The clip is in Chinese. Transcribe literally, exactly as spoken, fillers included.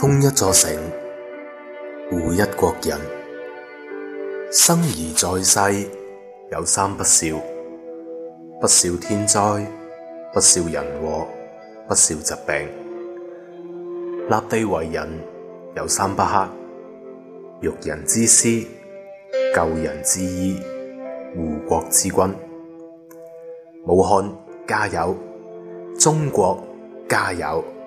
封一座城，護一國人。生而在世，有三不肖：不肖天災，不肖人禍，不肖疾病。立地為人，有三不克：育人之師，救人之醫，護國之君。武漢加油！中國加油！